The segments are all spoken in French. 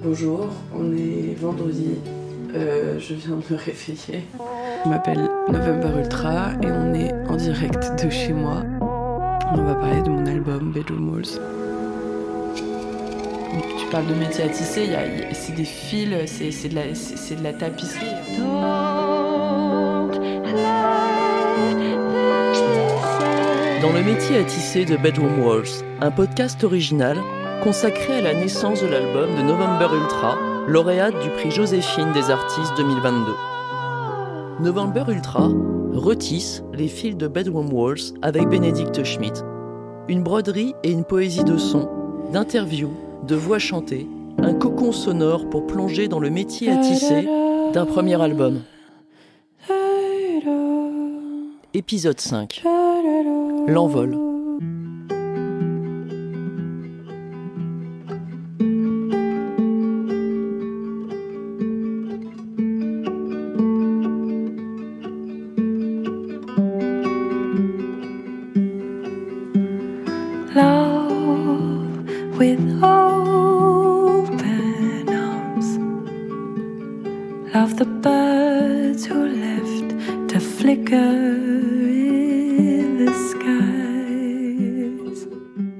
Bonjour, on est vendredi, je viens de me réveiller. Je m'appelle November Ultra et on est en direct de chez moi. On va parler de mon album Bedroom Walls. Tu parles de métier à tisser, c'est des fils, c'est de la tapisserie. Dans le métier à tisser de Bedroom Walls, un podcast original consacré à la naissance de l'album de November Ultra, lauréate du prix Joséphine des artistes 2022. November Ultra retisse les fils de Bedroom Walls avec Bénédicte Schmidt. Une broderie et une poésie de sons, d'interviews, de voix chantées, un cocon sonore pour plonger dans le métier à tisser d'un premier album. Épisode 5. L'envol. With open arms, love the birds who left to flicker in the skies.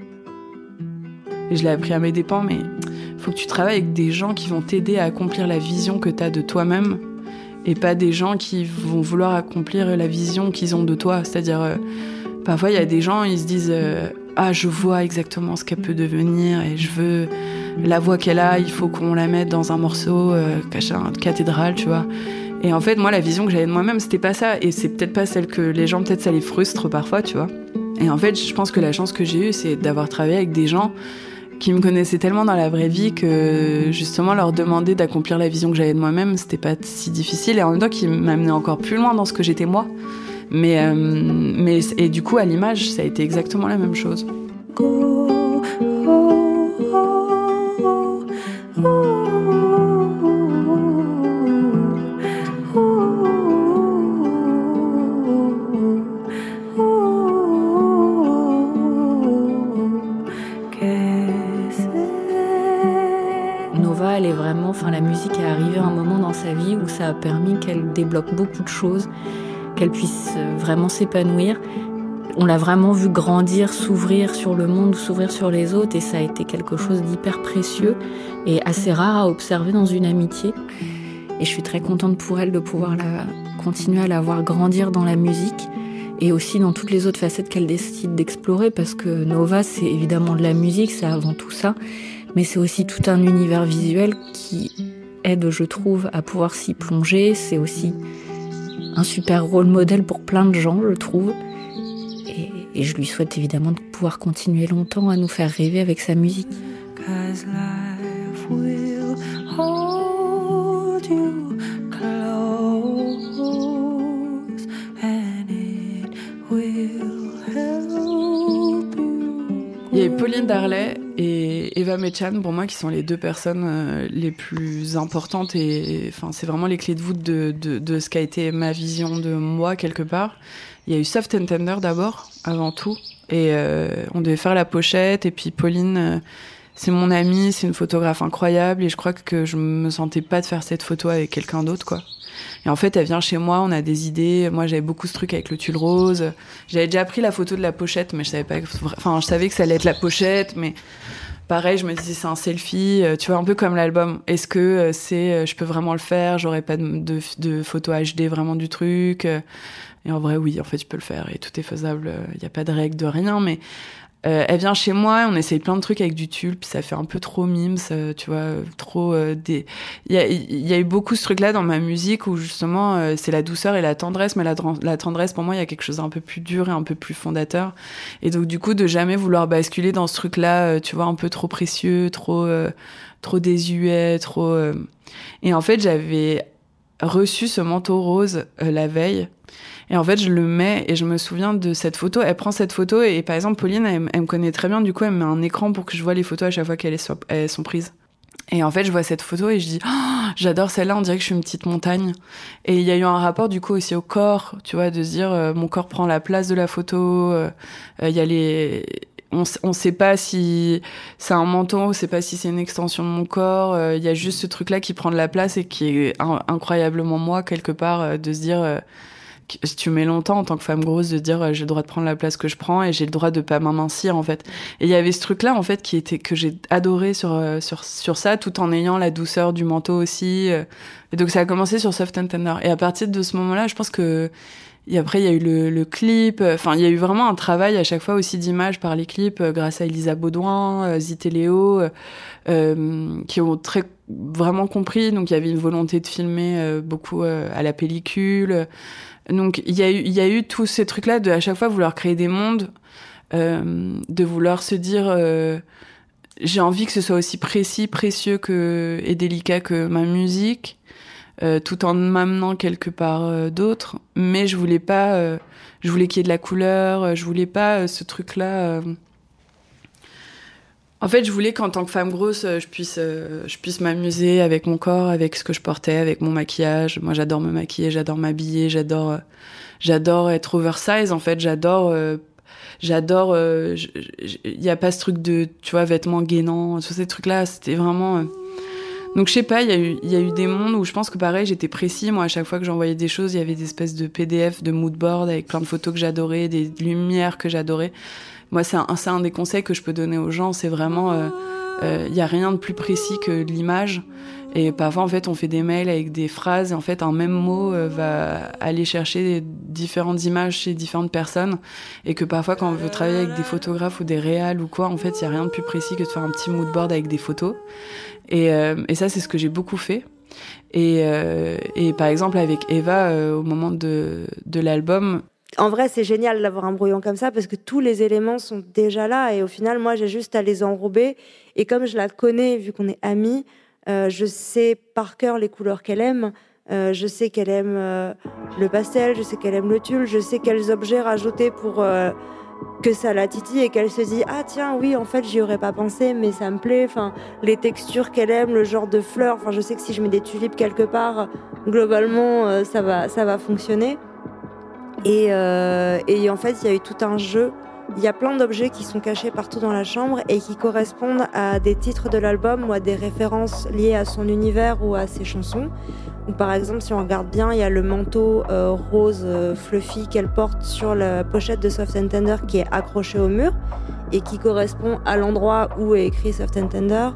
Je l'ai appris à mes dépens, mais faut que tu travailles avec des gens qui vont t'aider à accomplir la vision que t'as de toi-même et pas des gens qui vont vouloir accomplir la vision qu'ils ont de toi. C'est-à-dire, parfois il y a des gens, ils se disent ah, je vois exactement ce qu'elle peut devenir et je veux la voix qu'elle a, il faut qu'on la mette dans un morceau cathédrale, tu vois. Et en fait, moi, la vision que j'avais de moi-même, c'était pas ça. Et c'est peut-être pas celle que les gens, peut-être ça les frustre parfois, tu vois. Et en fait, je pense que la chance que j'ai eue, c'est d'avoir travaillé avec des gens qui me connaissaient tellement dans la vraie vie que justement leur demander d'accomplir la vision que j'avais de moi-même, c'était pas si difficile. Et en même temps, qui m'amenait encore plus loin dans ce que j'étais moi. Mais et du coup, à l'image, ça a été exactement la même chose. Nova, elle est vraiment, la musique est arrivée à un moment dans sa vie où ça a permis qu'elle débloque beaucoup de choses, qu'elle puisse vraiment s'épanouir. On l'a vraiment vu grandir, s'ouvrir sur le monde, s'ouvrir sur les autres, et ça a été quelque chose d'hyper précieux et assez rare à observer dans une amitié. Et je suis très contente pour elle de pouvoir continuer à la voir grandir dans la musique et aussi dans toutes les autres facettes qu'elle décide d'explorer, parce que Nova, c'est évidemment de la musique, c'est avant tout ça, mais c'est aussi tout un univers visuel qui aide, je trouve, à pouvoir s'y plonger. C'est aussi un super rôle modèle pour plein de gens, je trouve. Et je lui souhaite évidemment de pouvoir continuer longtemps à nous faire rêver avec sa musique. 'Cause life will hold you close and it will help you. Il y a Pauline Darley et Eva Mechan, pour moi, qui sont les deux personnes les plus importantes. Et c'est vraiment les clés de voûte de ce qu'a été ma vision de moi, quelque part. Il y a eu Soft and Tender d'abord, avant tout. Et on devait faire la pochette. Et puis Pauline, c'est mon amie, c'est une photographe incroyable. Et je crois que je me sentais pas de faire cette photo avec quelqu'un d'autre, quoi. Et en fait, elle vient chez moi, on a des idées. Moi, j'avais beaucoup ce truc avec le tulle rose. J'avais déjà pris la photo de la pochette, mais je savais pas. Je savais que ça allait être la pochette, mais pareil, je me disais c'est un selfie. Tu vois, un peu comme l'album. Est-ce que je peux vraiment le faire? J'aurais pas de photo HD vraiment du truc. Et en vrai, oui, en fait, je peux le faire et tout est faisable. Il y a pas de règle de rien, mais elle vient chez moi, on essaye plein de trucs avec du tulle, puis ça fait un peu trop mimes, tu vois, trop il y a eu beaucoup ce truc-là dans ma musique où justement c'est la douceur et la tendresse, mais la tendresse pour moi il y a quelque chose d'un peu plus dur et un peu plus fondateur. Et donc du coup de jamais vouloir basculer dans ce truc-là, tu vois, un peu trop précieux, trop désuet, trop. Et en fait j'avais reçu ce manteau rose la veille. Et en fait, je le mets et je me souviens de cette photo. Elle prend cette photo et par exemple, Pauline, elle me connaît très bien. Du coup, elle me met un écran pour que je vois les photos à chaque fois qu'elles sont prises. Et en fait, je vois cette photo et je dis oh, j'adore celle-là, on dirait que je suis une petite montagne. Et il y a eu un rapport du coup aussi au corps, tu vois, de se dire mon corps prend la place de la photo. Il y a on sait pas si c'est un menton, on sait pas si c'est une extension de mon corps. Il y a juste ce truc-là qui prend de la place et qui est incroyablement moi, quelque part, de se dire... si tu mets longtemps en tant que femme grosse de dire j'ai le droit de prendre la place que je prends et j'ai le droit de pas m'amincir en fait. Et il y avait ce truc là en fait que j'ai adoré sur ça, tout en ayant la douceur du manteau aussi. Et donc ça a commencé sur Soft and Tender. Et à partir de ce moment-là, je pense que après il y a eu le clip. Enfin il y a eu vraiment un travail à chaque fois aussi d'image par les clips grâce à Elisa Baudouin, Zit et Léo, qui ont vraiment compris. Donc il y avait une volonté de filmer beaucoup à la pellicule. Donc il y a eu tous ces trucs-là de à chaque fois vouloir créer des mondes, de vouloir se dire j'ai envie que ce soit aussi précis, précieux et délicat que ma musique, tout en m'amenant quelque part d'autre. Mais je voulais pas, je voulais qu'il y ait de la couleur, je voulais pas ce truc-là. En fait, je voulais qu'en tant que femme grosse, je puisse m'amuser avec mon corps, avec ce que je portais, avec mon maquillage. Moi, j'adore me maquiller, j'adore m'habiller, j'adore être oversize. En fait, il y a pas ce truc de, tu vois, vêtements gainants, tous ces trucs-là. C'était vraiment. Donc, je sais pas, il y a eu des mondes où je pense que pareil, j'étais précis. Moi, à chaque fois que j'envoyais des choses, il y avait des espèces de PDF, de mood board avec plein de photos que j'adorais, des lumières que j'adorais. Moi, c'est un des conseils que je peux donner aux gens, c'est vraiment, y a rien de plus précis que de l'image. Et parfois, en fait, on fait des mails avec des phrases, et en fait, un même mot va aller chercher différentes images chez différentes personnes. Et que parfois, quand on veut travailler avec des photographes ou des réals ou quoi, en fait, il y a rien de plus précis que de faire un petit mood board avec des photos. Et ça, c'est ce que j'ai beaucoup fait. Et par exemple, avec Eva, au moment de l'album... En vrai, c'est génial d'avoir un brouillon comme ça parce que tous les éléments sont déjà là et au final, moi, j'ai juste à les enrober. Et comme je la connais, vu qu'on est amis, je sais par cœur les couleurs qu'elle aime. Je sais qu'elle aime le pastel, je sais qu'elle aime le tulle, je sais quels objets rajouter pour que ça la titille et qu'elle se dit « Ah tiens, oui, en fait, j'y aurais pas pensé, mais ça me plaît. » Enfin, les textures qu'elle aime, le genre de fleurs. Enfin, je sais que si je mets des tulipes quelque part, globalement, ça va fonctionner. Et en fait, il y a eu tout un jeu. Il y a plein d'objets qui sont cachés partout dans la chambre et qui correspondent à des titres de l'album ou à des références liées à son univers ou à ses chansons. Donc, par exemple, si on regarde bien, il y a le manteau rose fluffy qu'elle porte sur la pochette de Soft and Tender qui est accroché au mur et qui correspond à l'endroit où est écrit Soft and Tender.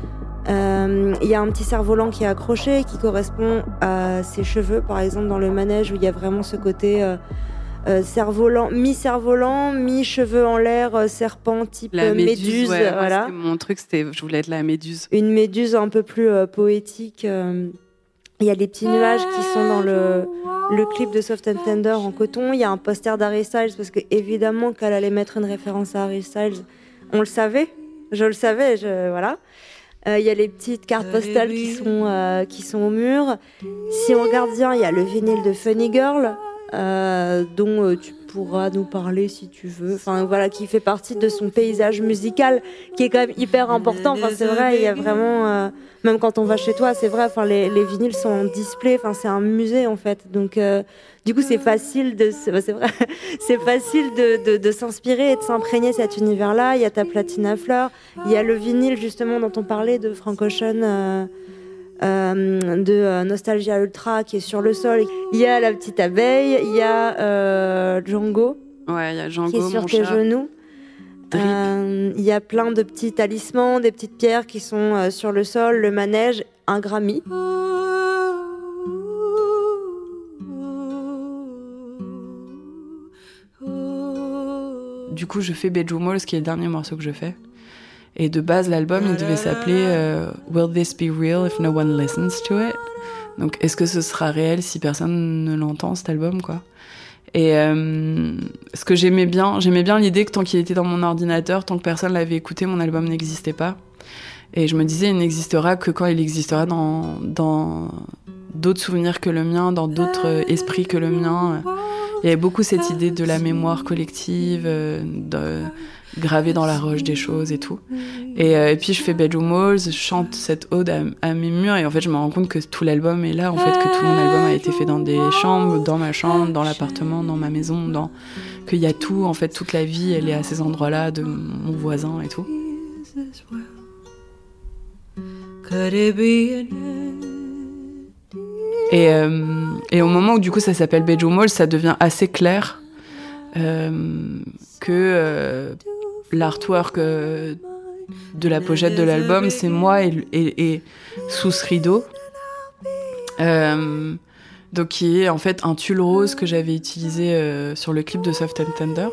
Il y a un petit cerf-volant qui est accroché qui correspond à ses cheveux, par exemple dans le manège où il y a vraiment ce côté cerf-volant, mi-cerf-volant, mi-cheveux en l'air, serpent type la méduse. Ouais, voilà. Mon truc, je voulais être la méduse. Une méduse un peu plus poétique. Il y a les petits nuages qui sont dans le clip de Soft and Tender en coton. Il y a un poster d'Harry Styles parce que évidemment qu'elle allait mettre une référence à Harry Styles. On le savait, je le savais, voilà. Il y a les petites cartes postales qui sont au mur. Si on regarde bien, il y a le vinyle de Funny Girl, dont tu pourras nous parler si tu veux. Enfin voilà, qui fait partie de son paysage musical, qui est quand même hyper important. Enfin c'est vrai, il y a vraiment, même quand on va chez toi, c'est vrai. Enfin les vinyles sont en display. Enfin c'est un musée en fait. Donc du coup c'est facile c'est vrai, c'est facile de s'inspirer et de s'imprégner de cet univers-là. Il y a ta platine à fleurs, il y a le vinyle justement dont on parlait de Frank Ocean. De Nostalgia Ultra qui est sur le sol. Il y a la petite abeille, il y a Django, ouais, il y a Django qui est sur tes genoux. Il y a plein de petits talismans, des petites pierres qui sont sur le sol, le manège, un Grammy. Du coup, je fais Bedroom Walls, qui est le dernier morceau que je fais. Et de base, l'album, il devait s'appeler Will This Be Real If No One Listens to It? Donc, est-ce que ce sera réel si personne ne l'entend, cet album, quoi? Et ce que j'aimais bien l'idée que tant qu'il était dans mon ordinateur, tant que personne l'avait écouté, mon album n'existait pas. Et je me disais, il n'existera que quand il existera dans d'autres souvenirs que le mien, dans d'autres esprits que le mien. Il y avait beaucoup cette idée de la mémoire collective, de graver dans la roche des choses et tout. Et puis je fais Bedroom Walls, je chante cette ode à mes murs, et en fait je me rends compte que tout l'album est là, en fait, que tout mon album a été fait dans des chambres, dans ma chambre, dans l'appartement, dans ma maison, qu'il y a tout, en fait, toute la vie, elle est à ces endroits-là, de mon voisin et tout. Et au moment où du coup ça s'appelle Bedroom Walls, ça devient assez clair que l'artwork de la pochette de l'album, c'est moi et sous ce rideau, donc qui est en fait un tulle rose que j'avais utilisé sur le clip de Soft and Tender.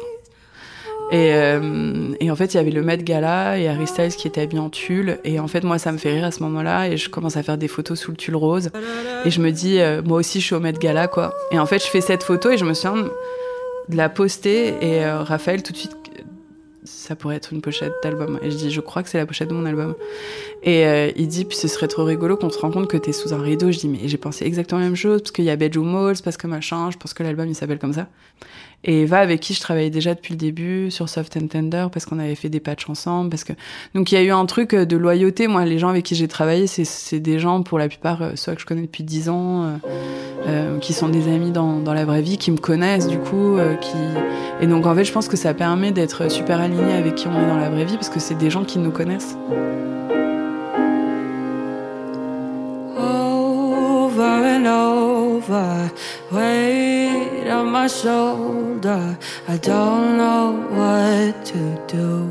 Et en fait, il y avait le Met Gala et Harry Styles qui était habillé en tulle. Et en fait, moi, ça me fait rire à ce moment-là. Et je commence à faire des photos sous le tulle rose. Et je me dis, moi aussi, je suis au Met Gala, quoi. Et en fait, je fais cette photo et je me souviens de la poster. Et Raphaël, tout de suite, ça pourrait être une pochette d'album. Et je dis, je crois que c'est la pochette de mon album. Et il dit, puis ce serait trop rigolo qu'on se rende compte que t'es sous un rideau. Je dis, mais j'ai pensé exactement la même chose, parce qu'il y a Bedroom Walls, parce que machin, je pense que l'album, il s'appelle comme ça. Et Eva, avec qui je travaillais déjà depuis le début sur Soft and Tender, parce qu'on avait fait des patchs ensemble, donc il y a eu un truc de loyauté. Moi, les gens avec qui j'ai travaillé, c'est des gens, pour la plupart, soit que je connais depuis 10 ans, qui sont des amis dans la vraie vie, qui me connaissent, du coup, et donc, en fait, je pense que ça permet d'être super aligné avec qui on est dans la vraie vie, parce que c'est des gens qui nous connaissent. Over and over, weight on my shoulder, I don't know what to do.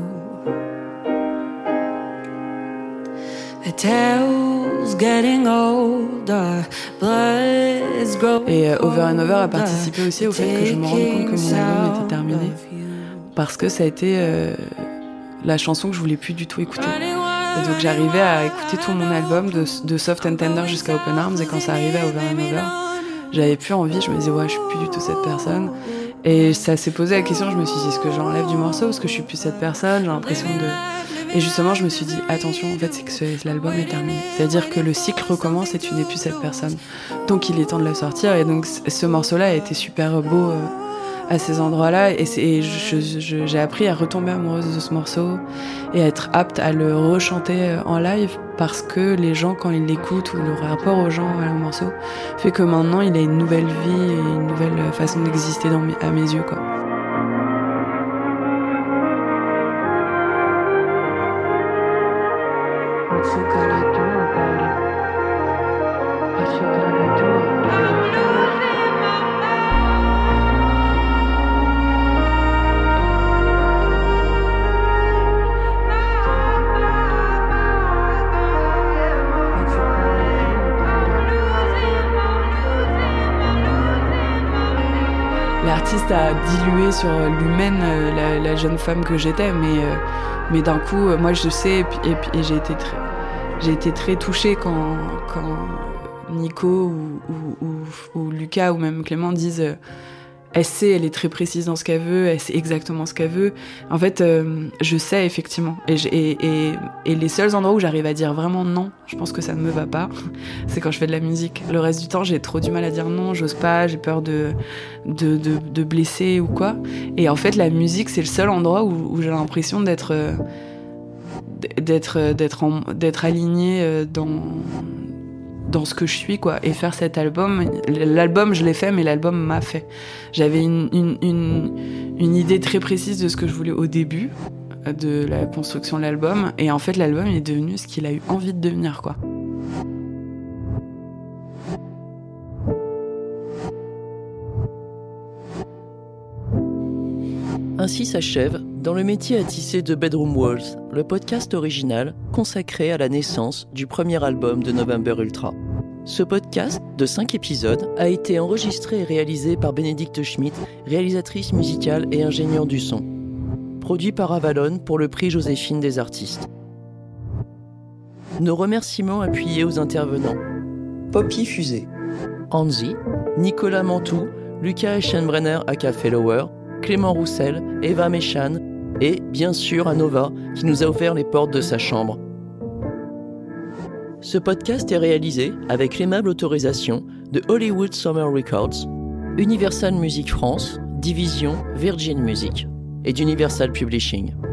The tale's getting older, blood's growing. Et Over and Over a participé aussi au fait que je me rende compte que mon album était terminé, parce que ça a été la chanson que je voulais plus du tout écouter. Et donc j'arrivais à écouter tout mon album de Soft and Tender jusqu'à Open Arms, et quand ça arrivait à Over and Over, j'avais plus envie, je me disais ouais, je suis plus du tout cette personne. Et ça s'est posé la question, je me suis dit, est-ce que j'enlève du morceau parce que je suis plus cette personne, j'ai l'impression de... Et justement je me suis dit, attention, en fait c'est que l'album est terminé, c'est-à-dire que le cycle recommence et tu n'es plus cette personne, donc il est temps de la sortir. Et donc ce morceau-là a été super beau à ces endroits-là, et j'ai appris à retomber amoureuse de ce morceau et à être apte à le rechanter en live, parce que les gens, quand ils l'écoutent, ou le rapport aux gens à le morceau fait que maintenant il a une nouvelle vie et une nouvelle façon d'exister à mes yeux, quoi. What you gonna do about it? What you gonna do about it? L'artiste a dilué sur l'humaine la jeune femme que j'étais, mais d'un coup, moi je sais, et j'ai été très touchée quand Nico ou Lucas ou même Clément disent elle est très précise dans ce qu'elle veut, elle sait exactement ce qu'elle veut. En fait, je sais effectivement. Et les seuls endroits où j'arrive à dire vraiment non, je pense que ça ne me va pas, c'est quand je fais de la musique. Le reste du temps, j'ai trop du mal à dire non, j'ose pas, j'ai peur de blesser ou quoi. Et en fait, la musique, c'est le seul endroit où j'ai l'impression d'être alignée dans ce que je suis, quoi, et faire cet album. L'album, je l'ai fait, mais l'album m'a fait. J'avais une idée très précise de ce que je voulais au début de la construction de l'album, et en fait, l'album est devenu ce qu'il a eu envie de devenir, quoi. Ainsi s'achève Dans le métier à tisser de Bedroom Walls, le podcast original consacré à la naissance du premier album de November Ultra. Ce podcast de 5 épisodes a été enregistré et réalisé par Bénédicte Schmidt, réalisatrice musicale et ingénieure du son. Produit par Avalon pour le prix Joséphine des artistes. Nos remerciements appuyés aux intervenants. Poppy Fusée, Anzi, Nicolas Mantoux, Lucas Eschenbrenner aka Fellower, Clément Roussel, Eva Méchan et, bien sûr, à Nova, qui nous a offert les portes de sa chambre. Ce podcast est réalisé avec l'aimable autorisation de Hollywood Summer Records, Universal Music France, division Virgin Music, et d'Universal Publishing.